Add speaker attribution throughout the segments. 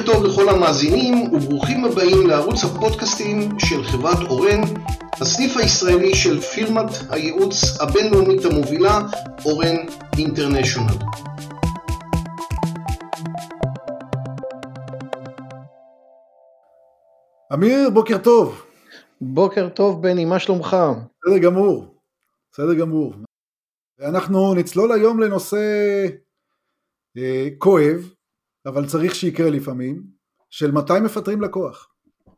Speaker 1: טוב לכל המאזינים וברוכים הבאים לערוץ הפודקאסטים של חברת אורן, הסניף הישראלי של פירמת הייעוץ הבינלאומית המובילה אורן אינטרנשיונל.
Speaker 2: אמיר, בוקר טוב.
Speaker 3: בוקר טוב בני, מה שלומך?
Speaker 2: בסדר גמור. אנחנו נצלול היום לנושא כואב, אבל צריך שיקרה לפעמים, של מתי מפטרים לקוח.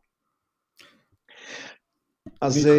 Speaker 3: אז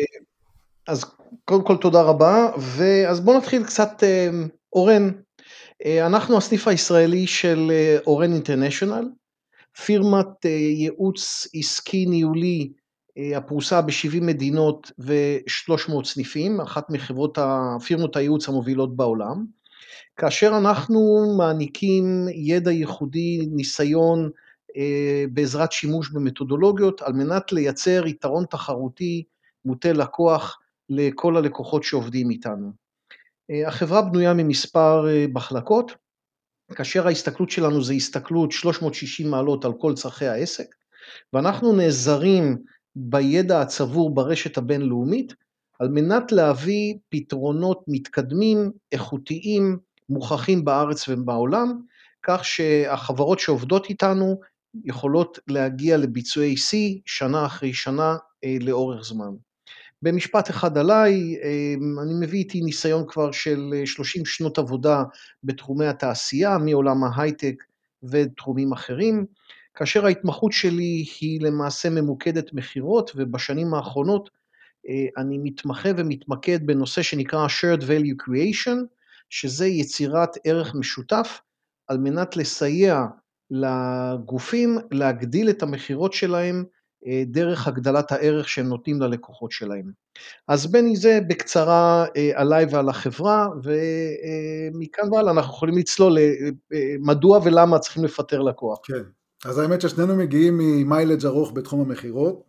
Speaker 3: קודם כל תודה רבה, אז בואו נתחיל קצת אורן. אנחנו הסניף הישראלי של אורן אינטרנשיונל, פירמת ייעוץ עסקי ניהולי הפרוסה ב-70 מדינות ו-300 סניפים, אחת פירמות הייעוץ המובילות בעולם, כאשר אנחנו מעניקים ידע ייחודי, ניסיון בעזרת שימוש במתודולוגיות, על מנת לייצר יתרון תחרותי מוטה לקוח לכל הלקוחות שעובדים איתנו. החברה בנויה ממספר מחלקות, כאשר ההסתכלות שלנו זה הסתכלות 360 מעלות על כל צרכי העסק, ואנחנו נעזרים בידע הצבור ברשת הבינלאומית, על מנת להביא פתרונות מתקדמים, איכותיים, מוכחים בארץ ובעולם, כך שהחברות שעובדות איתנו יכולות להגיע לביצועי C שנה אחרי שנה לאורך זמן. במשפט אחד עליי, אני מביא איתי ניסיון כבר של 30 שנות עבודה בתחומי התעשייה, מעולם ההייטק ותחומים אחרים, כאשר ההתמחות שלי היא למעשה ממוקדת מחירות, ובשנים האחרונות אני מתמחה ומתמקד בנושא שנקרא Shared Value Creation, שזה יצירת ערך משותף, על מנת לסייע לגופים להגדיל את המחירות שלהם, דרך הגדלת הערך שהם נותנים ללקוחות שלהם. אז בני, זה בקצרה עליי ועל החברה, ומכאן ועלה אנחנו יכולים לצלול מדוע ולמה צריכים לפטר לקוח.
Speaker 2: כן, אז האמת ששנינו מגיעים ממיילג' ארוך בתחום המחירות,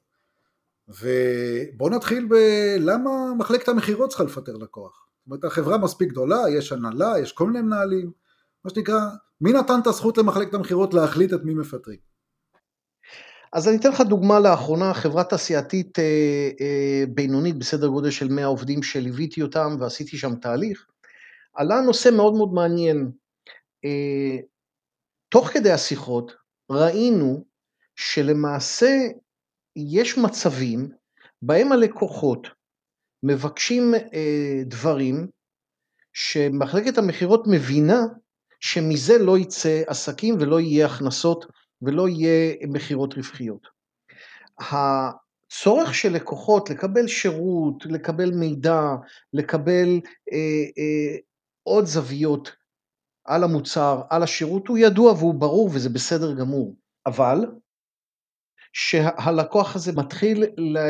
Speaker 2: ובואו נתחיל בלמה מחלקת המחירות צריכה לפטר לקוח. זאת אומרת, החברה מספיק גדולה, יש הנהלה, יש כל מיני מנהלים, מה שנקרא, מי נתן את הזכות למחלקת המחירות להחליט את מי מפטרים?
Speaker 3: אז אני אתן לך דוגמה לאחרונה, חברה תעשייתית בינונית בסדר גודל של 100 עובדים שליוויתי אותם ועשיתי שם תהליך, עלה נושא מאוד מאוד מעניין. תוך כדי השיחות ראינו שלמעשה יש מצבים בהם הלקוחות מבקשים דברים שמחלקת המחירות מבינה שמזה לא יצא עסקים ולא יהיה הכנסות ולא יהיה מחירות רווחיות. הצורך של לקוחות לקבל שירות, לקבל מידע, לקבל עוד זוויות על המוצר, על השירות, הוא ידוע והוא ברור וזה בסדר גמור. אבל שהלקוח הזה מתחיל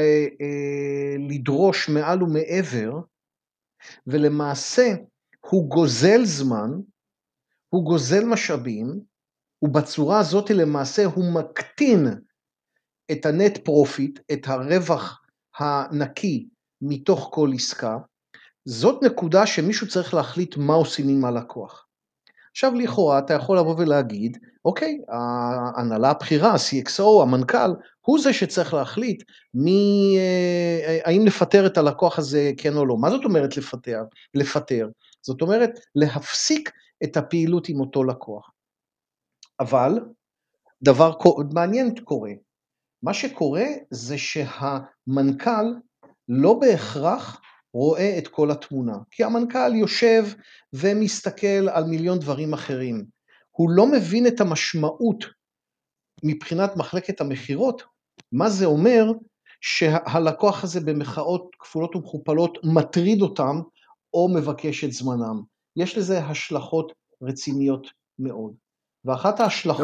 Speaker 3: לדרוש מעל ומעבר, ולמעשה הוא גוזל זמן, הוא גוזל משאבים, ובצורה הזאת למעשה הוא מקטין את הנט פרופיט, את הרווח הנקי מתוך כל עסקה. זאת נקודה שמישהו צריך להחליט מה עושים עם הלקוח. עכשיו לכאורה אתה יכול לבוא ולהגיד, אוקיי, ההנהלה הבכירה, CXO, המנכ"ל, הוא זה שצריך להחליט האם לפטר את הלקוח הזה כן או לא. מה זאת אומרת לפטר? זאת אומרת להפסיק את הפעילות עם אותו לקוח. אבל דבר מעניין קורה. מה שקורה זה שהמנכ"ל לא בהכרח רואה את כל התמונה, כי המנכ"ל יושב ומסתכל על מיליון דברים אחרים. הוא לא מבין את המשמעות מבחינת מחלקת המחירות, מה זה אומר שהלקוח הזה במחאות כפולות ומכופלות מטריד אותם או מבקש את זמנם. יש לזה השלכות רציניות מאוד. ואחת ההשלכות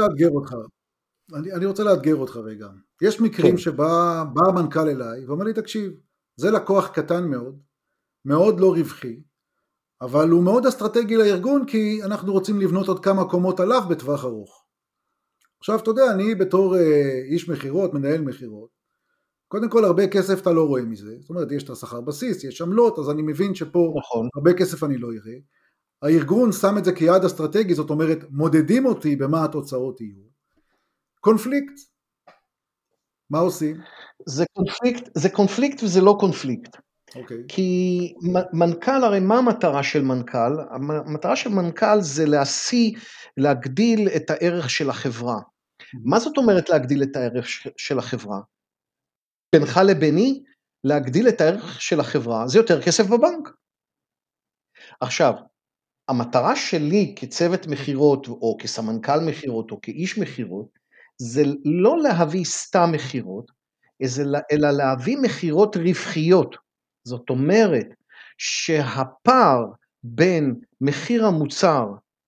Speaker 2: אני רוצה לאתגר אותך רגע. יש מקרים שבא המנכ"ל אליי ואומר לי, תקשיב, זה לקוח קטן מאוד, מאוד לא רווחי, אבל הוא מאוד אסטרטגי לארגון, כי אנחנו רוצים לבנות עוד כמה קומות עליו בטווח ארוך. עכשיו אתה יודע, אני בתור איש מחירות, מנהל מחירות, קודם כל הרבה כסף אתה לא רואה מזה, זאת אומרת יש את השכר בסיס, יש עמלות, אז אני מבין שפה נכון. הרבה כסף אני לא אראה. הארגון שם את זה כיעד אסטרטגי, זאת אומרת מודדים אותי במה התוצאות יהיו, קונפליקט. מה עושים?
Speaker 3: זה קונפליקט וזה לא קונפליקט.
Speaker 2: אוקיי.
Speaker 3: כי מנכ"ל, הרי מה המטרה של מנכ"ל? המטרה של מנכ"ל זה להגדיל את הערך של החברה. מה זאת אומרת להגדיל את הערך של החברה? בינך לביני, להגדיל את הערך של החברה, זה יותר כסף בבנק. עכשיו, המטרה שלי כצוות מחירות, או כסמנכ"ל מחירות, או כאיש מחירות, זה לא להביא סתם מחירות, אלא להביא מחירות רווחיות. זאת אומרת, שהפער בין מחיר המוצר,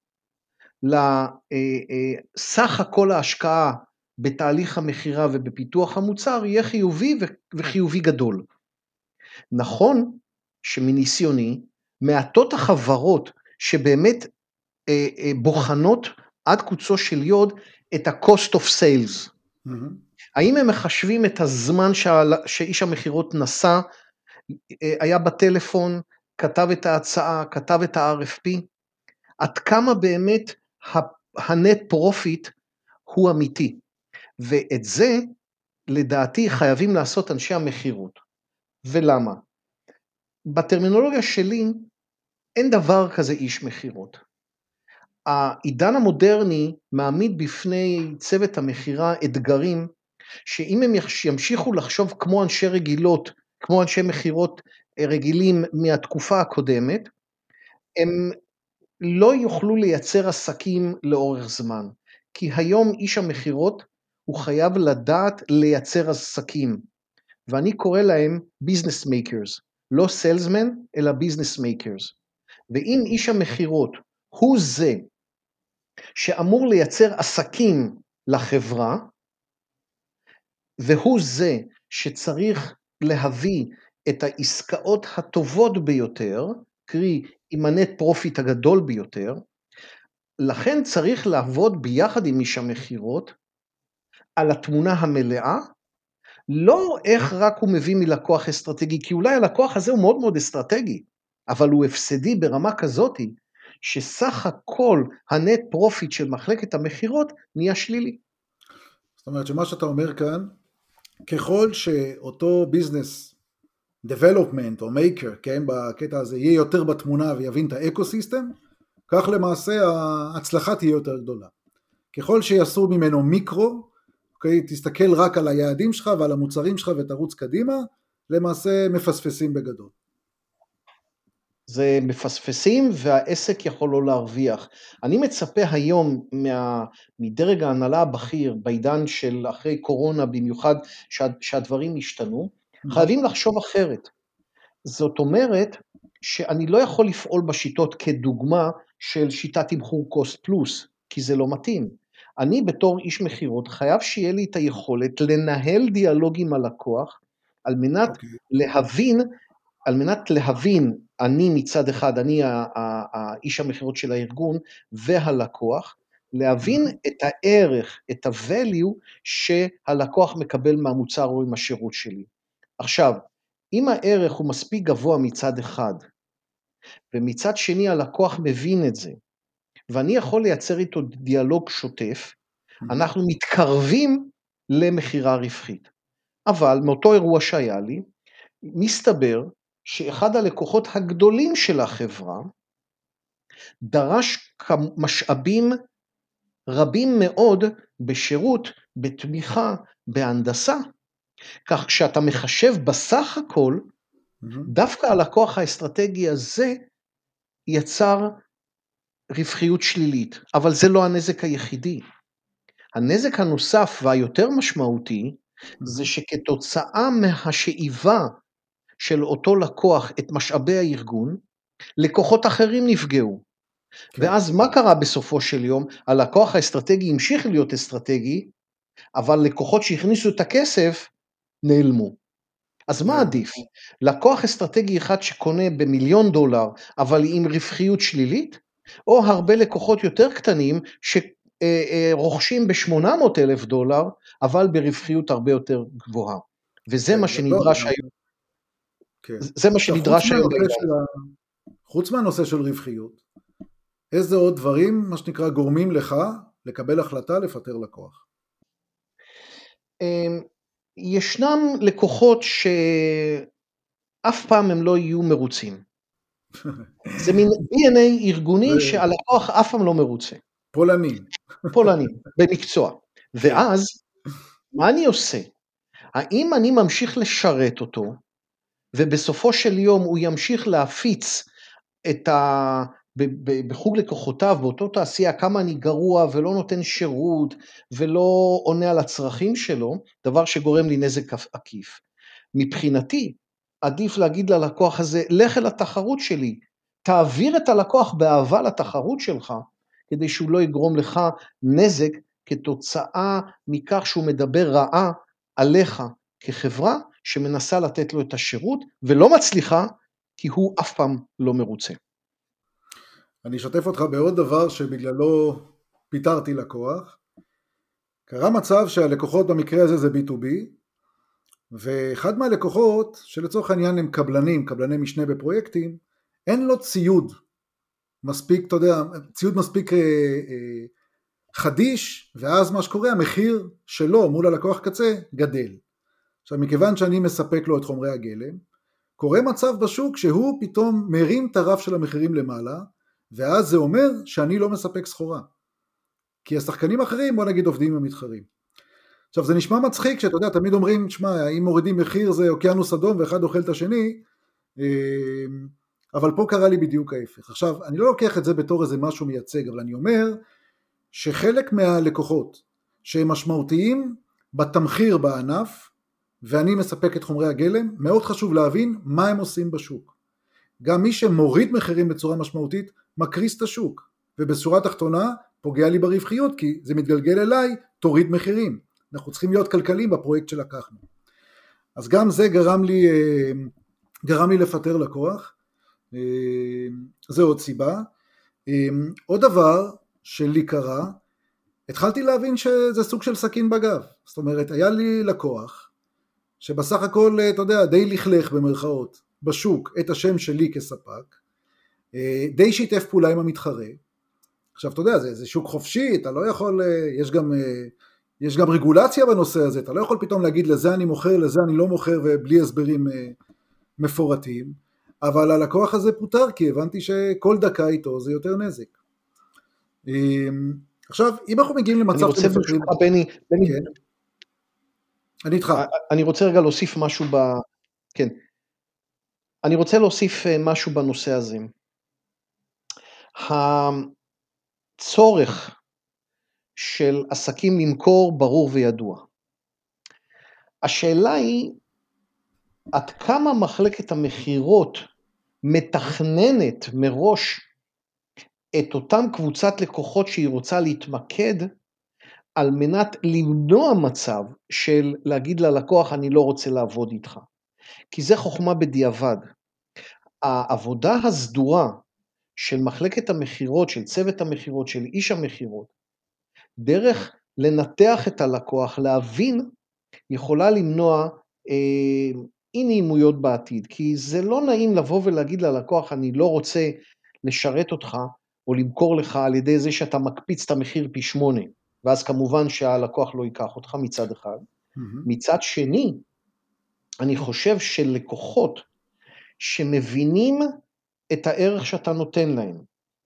Speaker 3: לסך הכל ההשקעה בתהליך המחירה ובפיתוח המוצר, יהיה חיובי וחיובי גדול. נכון שמניסיוני, מעטות החברות שבאמת בוחנות עד קוצו של יוד את ה-cost of sales. האם הם מחשבים את הזמן שאיש המחירות נסע, היה בטלפון, כתב את ההצעה, כתב את ה-RFP, עד כמה באמת הנט פרופיט הוא אמיתי. ואת זה, לדעתי, חייבים לעשות אנשי המחירות. ולמה? בטרמינולוגיה שלי, אין דבר כזה איש מחירות. העידן המודרני מעמיד בפני צוות המחירה אתגרים, שאם הם ימשיכו לחשוב כמו אנשי רגילות, כמו אנשי מחירות רגילים מהתקופה הקודמת, הם לא יוכלו לייצר עסקים לאורך זמן. כי היום איש המחירות הוא חייב לדעת לייצר עסקים. ואני קורא להם business makers, לא salesmen, אלא business makers. ואם איש המחירות הוא זה שאמור לייצר עסקים לחברה, והוא זה שצריך להביא את העסקאות הטובות ביותר, קרי עם הנט פרופיט הגדול ביותר, לכן צריך לעבוד ביחד עם איש המחירות על התמונה המלאה, לא איך רק הוא מביא מלקוח אסטרטגי, כי אולי הלקוח הזה הוא מאוד מאוד אסטרטגי, אבל הוא הפסדי ברמה כזאת, שסך הכל הנט פרופיט של מחלקת המחירות נהיה שלילי.
Speaker 2: זאת אומרת שמה שאתה אומר כאן, ככל שאותו ביזנס development או maker, כן, בקטע הזה יהיה יותר בתמונה ויבין את האקוסיסטם, כך למעשה ההצלחה תהיה יותר גדולה. ככל שיעשו ממנו מיקרו, אוקיי, תסתכל רק על היעדים שלך ועל המוצרים שלך ותרוץ קדימה, למעשה מפספסים בגדול.
Speaker 3: זה מפספסים והעסק יכול לא להרוויח. אני מצפה היום מדרג ההנהלה הבכיר, בעידן של אחרי קורונה, במיוחד שהדברים השתנו, חייבים לחשוב אחרת. זאת אומרת שאני לא יכול לפעול בשיטות כדוגמה של שיטת תמחור קוסט פלוס, כי זה לא מתאים. אני בתור איש מחירות חייב שיהיה לי את היכולת לנהל דיאלוג עם הלקוח, על מנת להבין, אני מצד אחד, אני האיש המחירות של הארגון והלקוח, להבין את הערך, את ה-value שהלקוח מקבל מהמוצר או עם השירות שלי. עכשיו, אם הערך הוא מספיק גבוה מצד אחד, ומצד שני הלקוח מבין את זה, ואני יכול לייצר איתו דיאלוג שוטף, אנחנו מתקרבים למחירה רווחית. אבל מאותו אירוע שהיה לי, מסתבר שאחד הלקוחות הגדולים של החברה, דרש משאבים רבים מאוד בשירות, בתמיכה, בהנדסה, כך שאתה מחשב בסך הכל, דווקא הלקוח האסטרטגי הזה יצר רווחיות שלילית, אבל זה לא הנזק היחידי. הנזק הנוסף והיותר משמעותי, זה שכתוצאה מהשאיבה של אותו לקוח את משאבי הארגון, לקוחות אחרים נפגעו. כן. ואז מה קרה בסופו של יום? הלקוח האסטרטגי המשיך להיות אסטרטגי, אבל לקוחות שהכניסו את הכסף נעלמו. אז מה עדיף? לקוח אסטרטגי אחד שקונה ב$1,000,000, אבל עם רווחיות שלילית, או הרבה לקוחות יותר קטנים שרוכשים ב$800,000, אבל ברווחיות הרבה יותר גבוהה. וזה מה שנדרש היום. זה מה שנדרש היום.
Speaker 2: חוץ מהנושא של רווחיות, איזה עוד דברים, מה שנקרא, גורמים לך לקבל החלטה לפטר לקוח?
Speaker 3: ישנם לקוחות שאף פעם הם לא יהיו מרוצים. זה מין DNA ארגוני שהלקוח אף פעם לא מרוצה. פולנים, במקצוע. ואז, מה אני עושה? האם אני ממשיך לשרת אותו, ובסופו של יום הוא ימשיך להפיץ בחוג לקוחותיו, באותו תעשייה, כמה אני גרוע ולא נותן שירות, ולא עונה על הצרכים שלו, דבר שגורם לי נזק עקיף. מבחינתי, עדיף להגיד ללקוח הזה, לך אל התחרות שלי, תעביר את הלקוח באהבה לתחרות שלך, כדי שהוא לא יגרום לך נזק, כתוצאה מכך שהוא מדבר רעה עליך כחברה, שמנסה לתת לו את השירות, ולא מצליחה, כי הוא אף פעם לא מרוצה.
Speaker 2: אני אשתף אותך בעוד דבר שבגללו פיטרתי לקוח. קרה מצב שהלקוחות במקרה הזה זה B2B, ואחד מהלקוחות שלצורך העניין הם קבלני משנה בפרויקטים, אין לו ציוד מספיק, אתה יודע, ציוד מספיק חדיש, ואז מה שקורה, המחיר שלו מול הלקוח קצה גדל. עכשיו, מכיוון שאני מספק לו את חומרי הגלם, קורה מצב בשוק שהוא פתאום מרים את הרף של המחירים למעלה, ואז זה אומר שאני לא מספק סחורה. כי השחקנים אחרים, בוא נגיד, עובדים עם המתחרים. עכשיו, זה נשמע מצחיק, שאתה יודע, תמיד אומרים, שמע, אם מורידים מחיר זה אוקיינוס אדום, ואחד אוכל את השני, אבל פה קרה לי בדיוק ההפך. עכשיו, אני לא לוקח את זה בתור איזה משהו מייצג, אבל אני אומר, שחלק מהלקוחות, שהם משמעותיים בתמחיר בענף, ואני מספק את חומרי הגלם, מאוד חשוב להבין מה הם עושים בשוק. גם מי שמוריד מחירים בצורה משמעותית, מקריס את השוק, ובצורה תחתונה פוגע לי ברווחיות, כי זה מתגלגל אליי, תוריד מחירים. אנחנו צריכים להיות כלכליים בפרויקט שלקחנו. אז גם זה גרם לי לפטר לקוח, זה עוד סיבה. עוד דבר שלי קרה, התחלתי להבין שזה סוג של סכין בגב. זאת אומרת, היה לי לקוח, שבסך הכל, אתה יודע, די לכלך במרכאות, בשוק, את השם שלי כספק, די שיתף פעולה עם המתחרה. עכשיו, אתה יודע, זה שוק חופשי, אתה לא יכול, יש גם רגולציה בנושא הזה, אתה לא יכול פתאום להגיד, לזה אני מוכר, לזה אני לא מוכר, ובלי הסברים מפורטים, אבל הלקוח הזה פוטר, כי הבנתי שכל דקה איתו זה יותר נזק. עכשיו, אם אנחנו מגיעים למצב...
Speaker 3: אני רוצה ברשותך, בני,
Speaker 2: כן. אני איתך.
Speaker 3: אני רוצה רגע להוסיף משהו כן. אני רוצה להוסיף משהו בנושא הזה. הצורך של עסקים למכור ברור וידוע. השאלה היא, עד כמה מחלקת המחירות מתכננת מראש את אותם קבוצת לקוחות שהיא רוצה להתמקד, על מנת למנוע מצב של להגיד ללקוח אני לא רוצה לעבוד איתך. כי זה חוכמה בדיעבד. העבודה הסדורה של מחלקת המחירות, של צוות המחירות, של איש המחירות, דרך לנתח את הלקוח, להבין, יכולה למנוע אי נעימויות בעתיד. כי זה לא נעים לבוא ולהגיד ללקוח אני לא רוצה לשרת אותך, או למכור לך על ידי זה שאתה מקפיץ את המחיר פי 8. ואז כמובן שהלקוח לא ייקח אותך מצד אחד. מצד שני, אני חושב שלקוחות שמבינים את הערך שאתה נותן להם,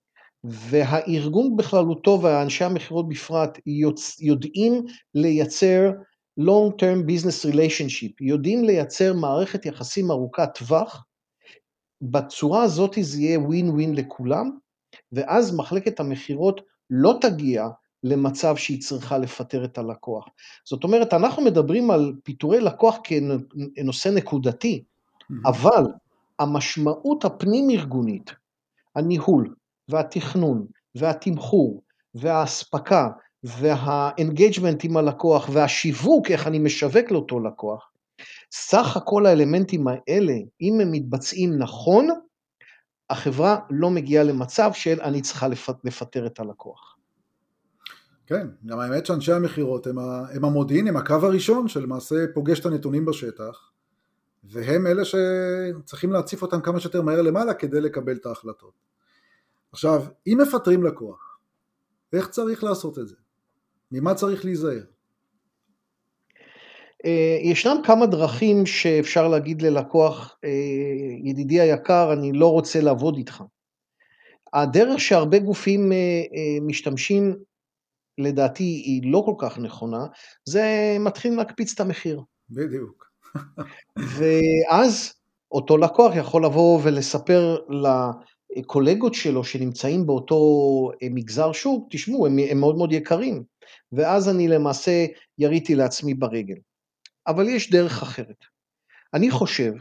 Speaker 3: והארגון בכללותו והאנשי המחירות בפרט יודעים לייצר long-term business relationship, יודעים לייצר מערכת יחסים ארוכת טווח, בצורה הזאת זה יהיה win-win לכולם, ואז מחלקת המחירות לא תגיע למצב שהיא צריכה לפטר את הלקוח. זאת אומרת, אנחנו מדברים על פיטורי לקוח כנושא נקודתי, אבל המשמעות הפנים-ארגונית, הניהול והתכנון והתמחור וההספקה והאנגייג'מנט עם הלקוח והשיווק, איך אני משווק לאותו לקוח, סך הכל האלמנטים האלה, אם הם מתבצעים נכון, החברה לא מגיעה למצב של אני צריכה לפטר את הלקוח.
Speaker 2: כן, גם האמת שאנשי המחירות הם המודיעין, הם הקו הראשון שלמעשה פוגש את הנתונים בשטח, והם אלה שצריכים להציף אותם כמה שיותר מהר למעלה כדי לקבל את ההחלטות. עכשיו, אם מפטרים לקוח, איך צריך לעשות את זה? ממה צריך להיזהר?
Speaker 3: ישנם כמה דרכים שאפשר להגיד ללקוח, ידידי היקר, אני לא רוצה לעבוד איתך. הדרך שהרבה גופים משתמשים, לדעתי היא לא כל כך נכונה, זה מתחילים להקפיץ את המחיר.
Speaker 2: בדיוק.
Speaker 3: ואז אותו לקוח יכול לבוא ולספר לקולגות שלו שנמצאים באותו מגזר שוק, תשמעו, הם מאוד מאוד יקרים, ואז אני למעשה יריתי לעצמי ברגל. אבל יש דרך אחרת. אני חושב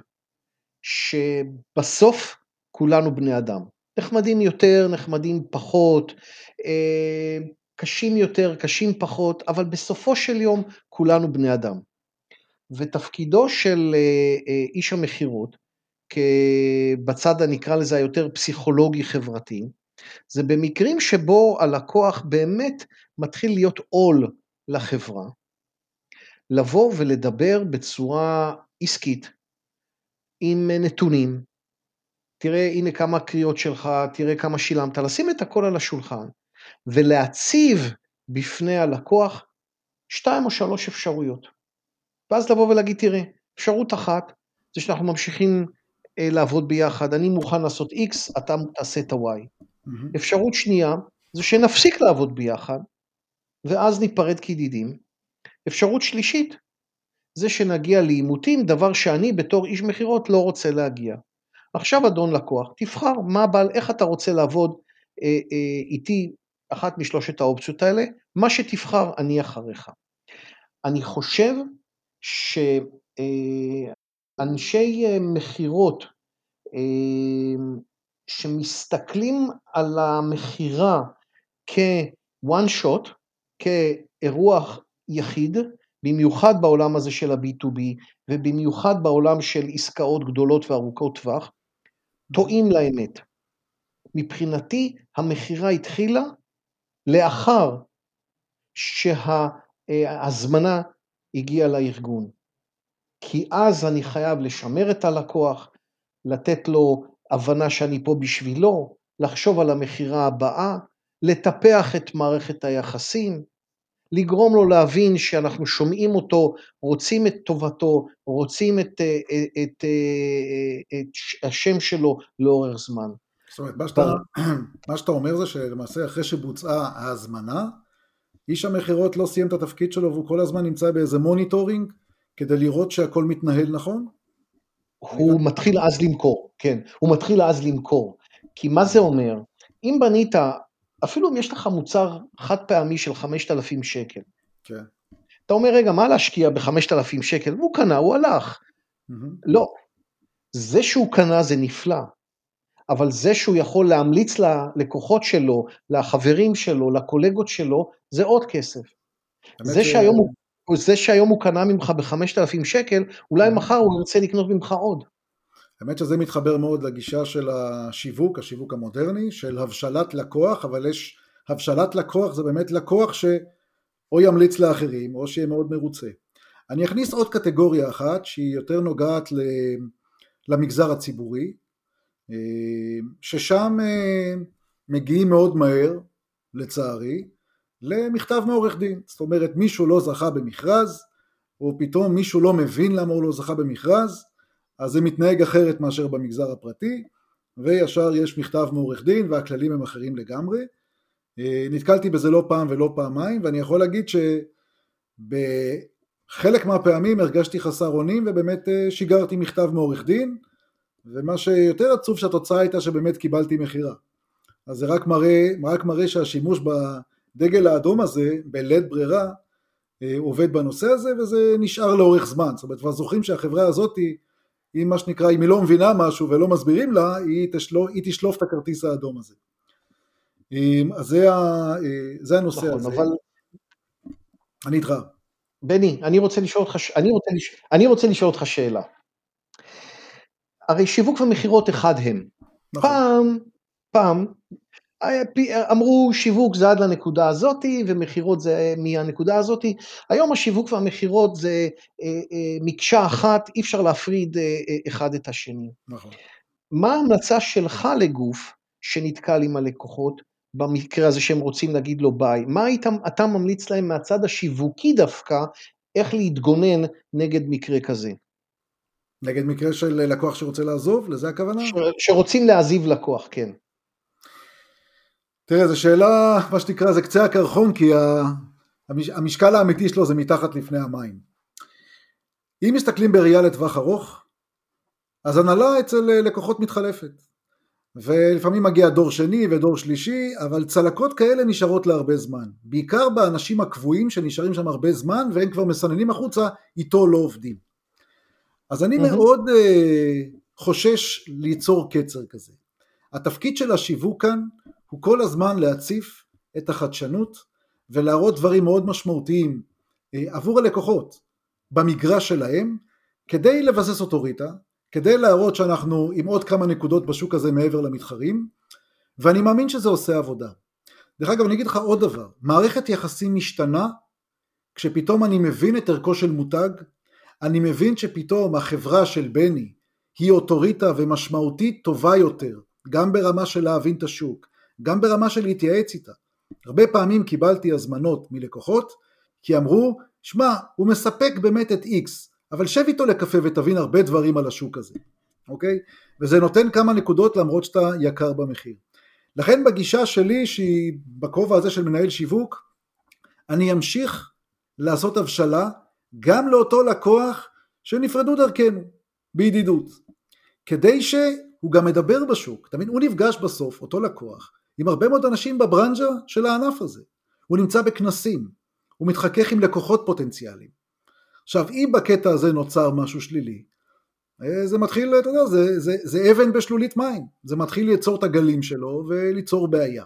Speaker 3: שבסוף כולנו בני אדם. נחמדים יותר, נחמדים פחות, קשים יותר, קשים פחות, אבל בסופו של יום כולנו בני אדם. ותפקידו של איש המחירות, בצד הנקרא לזה היותר פסיכולוגי חברתי, זה במקרים שבו הלקוח באמת מתחיל להיות עול לחברה, לבוא ולדבר בצורה עסקית, עם נתונים, תראה הנה כמה קריאות שלך, תראה כמה שילמת, לשים את הכל על השולחן, ולהציב בפני הלקוח 2 או 3 אפשרויות. ואז לבוא ולהגיד, תראה, אפשרות אחת, זה שאנחנו ממשיכים לעבוד ביחד, אני מוכן לעשות X, אתה תעשה את ה-Y. אפשרות שנייה, זה שנפסיק לעבוד ביחד, ואז ניפרד כידידים. אפשרות שלישית, זה שנגיע לעימותים, דבר שאני בתור איש מחירות לא רוצה להגיע. עכשיו אדון לקוח, תבחר איך אתה רוצה לעבוד איתי אחת משלושת האופציות האלה, מה שתבחר אני אחריך. אני חושב שאנשי מחירות שמסתכלים על המחירה כ-one shot, כאירוע יחיד, במיוחד בעולם הזה של ה-B2B, ובמיוחד בעולם של עסקאות גדולות וארוכות טווח, טועים לאמת. מבחינתי המחירה התחילה לאחר שההזמנה הגיעה לארגון. כי אז אני חייב לשמר את הלקוח, לתת לו הבנה שאני פה בשבילו, לחשוב על המחירה הבאה, לטפח את מערכת היחסים, לגרום לו להבין שאנחנו שומעים אותו, רוצים את טובתו, רוצים את השם שלו לאורך זמן.
Speaker 2: זאת אומרת, מה שאתה אומר זה שלמעשה אחרי שבוצעה ההזמנה, איש המחירות לא סיים את התפקיד שלו, והוא כל הזמן נמצא באיזה מוניטורינג, כדי לראות שהכל מתנהל נכון?
Speaker 3: הוא מתחיל אז למכור, כן, הוא מתחיל אז למכור. כי מה זה אומר? אם בנית, אפילו אם יש לך מוצר חד פעמי של 5,000 שקל,
Speaker 2: כן.
Speaker 3: אתה אומר, רגע, מה להשקיע ב5,000 שקל? הוא קנה, הוא הלך. לא. זה שהוא קנה זה נפלא, אבל זה שהוא יכול להמליץ ללקוחות שלו, לחברים שלו, לקולגות שלו, זה עוד כסף. זה שהיום הוא קנה ממך ב5,000 שקל, אולי מחר הוא ירצה לקנות ממך עוד.
Speaker 2: האמת שזה מתחבר מאוד לגישה של השיווק המודרני, של הבשלת לקוח, אבל יש הבשלת לקוח, זה באמת לקוח שאו ימליץ לאחרים, או שיהיה מאוד מרוצה. אני אכניס עוד קטגוריה אחת, שהיא יותר נוגעת למגזר הציבורי, ששם מגיעים מאוד מהר, לצערי, למכתב מעורך דין. זאת אומרת, מישהו לא זכה במכרז, או פתאום מישהו לא מבין למה הוא לא זכה במכרז, אז זה מתנהג אחרת מאשר במגזר הפרטי, וישר יש מכתב מעורך דין, והכללים הם אחרים לגמרי. נתקלתי בזה לא פעם ולא פעמיים, ואני יכול להגיד שבחלק מהפעמים הרגשתי חסר אונים, ובאמת שיגרתי מכתב מעורך דין, ומה שיותר עצוב שהתוצאה הייתה שבאמת קיבלתי מחירה. אז זה רק מראה שהשימוש בדגל האדום הזה, בלית ברירה, עובד בנושא הזה, וזה נשאר לאורך זמן. זאת אומרת, זוכרים שהחברה הזאת, היא מה שנקרא, אם היא לא מבינה משהו ולא מסבירים לה, היא תשלוף את הכרטיס האדום הזה. אז זה הנושא
Speaker 3: נכון,
Speaker 2: הזה.
Speaker 3: אבל...
Speaker 2: אני איתך.
Speaker 3: בני, אני רוצה לשאול אותך שאלה. הרי שיווק ומחירות אחד הם. נכון. פעם, אמרו שיווק זה עד לנקודה הזאת, ומחירות זה מהנקודה הזאת. היום השיווק והמחירות זה מקשה אחת, אי אפשר להפריד אחד את השני.
Speaker 2: נכון.
Speaker 3: מה ההמלצה שלך לגוף שנתקל עם הלקוחות, במקרה הזה שהם רוצים להגיד לו ביי? מה אתה ממליץ להם מהצד השיווקי דווקא, איך להתגונן נגד מקרה כזה.
Speaker 2: נגד מקרה של לקוח שרוצה לעזוב? לזה הכוונה?
Speaker 3: שרוצים להעזיב לקוח, כן.
Speaker 2: תראה, זו שאלה, מה שתקרא, זה קצה הקרחון, כי המשקל האמיתי שלו זה מתחת לפני המים. אם מסתכלים בראייה לטווח ארוך, אז הנהלה אצל לקוחות מתחלפת. ולפעמים מגיע דור שני ודור שלישי, אבל צלקות כאלה נשארות להרבה זמן. בעיקר באנשים הקבועים שנשארים שם הרבה זמן, והם כבר מסננים החוצה, איתו לא עובדים. אז אני מאוד חושש ליצור קצר כזה. התפקיד של השיווק כאן, הוא כל הזמן להציף את החדשנות, ולהראות דברים מאוד משמעותיים עבור הלקוחות, במגרש שלהם, כדי לבסס אוטוריטה, כדי להראות שאנחנו עם עוד כמה נקודות בשוק הזה מעבר למתחרים, ואני מאמין שזה עושה עבודה. דרך אגב, אני אגיד לך עוד דבר, מערכת יחסים משתנה, כשפתאום אני מבין את ערכו של מותג, אני מבין שפתאום החברה של בני, היא אוטוריטה ומשמעותית טובה יותר, גם ברמה של להבין את השוק, גם ברמה של להתייעץ איתה. הרבה פעמים קיבלתי הזמנות מלקוחות, כי אמרו, שמע, הוא מספק באמת את X, אבל שב איתו לקפה ותבין הרבה דברים על השוק הזה, אוקיי? וזה נותן כמה נקודות למרות שאתה יקר במחיר. לכן בגישה שלי, שהיא בכובע הזה של מנהל שיווק, אני אמשיך לעשות הבשלה, גם לאותו לקוח שנפרדו דרכנו, בידידות, כדי שהוא גם מדבר בשוק, תמיד הוא נפגש בסוף, אותו לקוח, עם הרבה מאוד אנשים בברנז'ה של הענף הזה, הוא נמצא בכנסים, הוא מתחכך עם לקוחות פוטנציאליים. עכשיו, אם בקטע הזה נוצר משהו שלילי, זה מתחיל, אתה יודע, זה אבן בשלולית מים, זה מתחיל ליצור את הגלים שלו וליצור בעיה.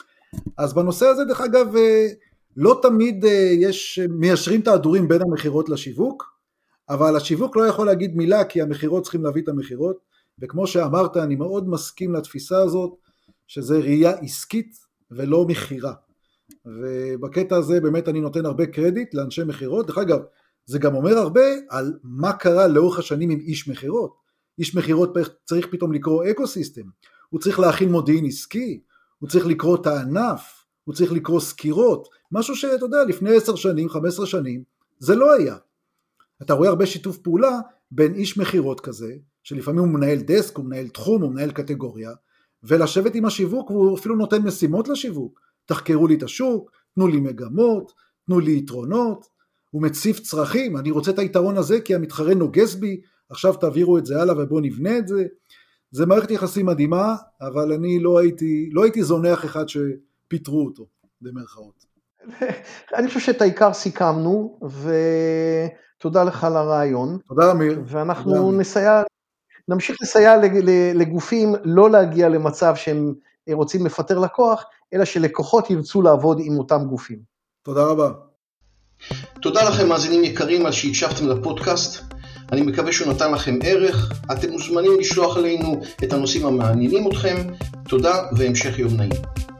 Speaker 2: אז בנושא הזה, דרך אגב, לא תמיד מיישרים את ההדורים בין המחירות לשיווק, אבל השיווק לא יכול להגיד מילה, כי המחירות צריכים להביא את המחירות, וכמו שאמרת, אני מאוד מסכים לתפיסה הזאת, שזה ראייה עסקית ולא מחירה. ובקטע הזה באמת אני נותן הרבה קרדיט לאנשי מחירות. דרך אגב, זה גם אומר הרבה על מה קרה לאורך השנים עם איש מחירות. איש מחירות צריך פתאום לקרוא אקוסיסטם, הוא צריך להכין מודיעין עסקי, הוא צריך לקרוא את הענף, הוא צריך לקרוא סקירות, משהו שאתה יודע, לפני 10 שנים, 15 שנים, זה לא היה. אתה רואה הרבה שיתוף פעולה בין איש מחירות כזה, שלפעמים הוא מנהל דסק, הוא מנהל תחום, הוא מנהל קטגוריה, ולשבת עם השיווק, והוא אפילו נותן משימות לשיווק, תחקרו לי את השוק, תנו לי מגמות, תנו לי יתרונות, הוא מציף צרכים, אני רוצה את היתרון הזה, כי המתחרה נוגס בי, עכשיו תעבירו את זה הלאה ובואו נבנה את זה. זה מערכת יחסים מדהימה, אבל אני לא הייתי זונח אחד שפיתרו אותו, במרכאות.
Speaker 3: אני חושב שאת העיקר סיכמנו, ותודה לך על הרעיון.
Speaker 2: תודה אמיר.
Speaker 3: ואנחנו נמשיך לסייע לגופים, לא להגיע למצב שהם רוצים לפטר לקוח, אלא שלקוחות ירצו לעבוד עם אותם גופים.
Speaker 2: תודה רבה.
Speaker 1: תודה לכם מאזינים יקרים על שהקשבתם לפודקאסט, אני מקווה שהוא נתן לכם ערך, אתם מוזמנים לשלוח אלינו את הנושאים המעניינים אתכם, תודה והמשך יום נעים.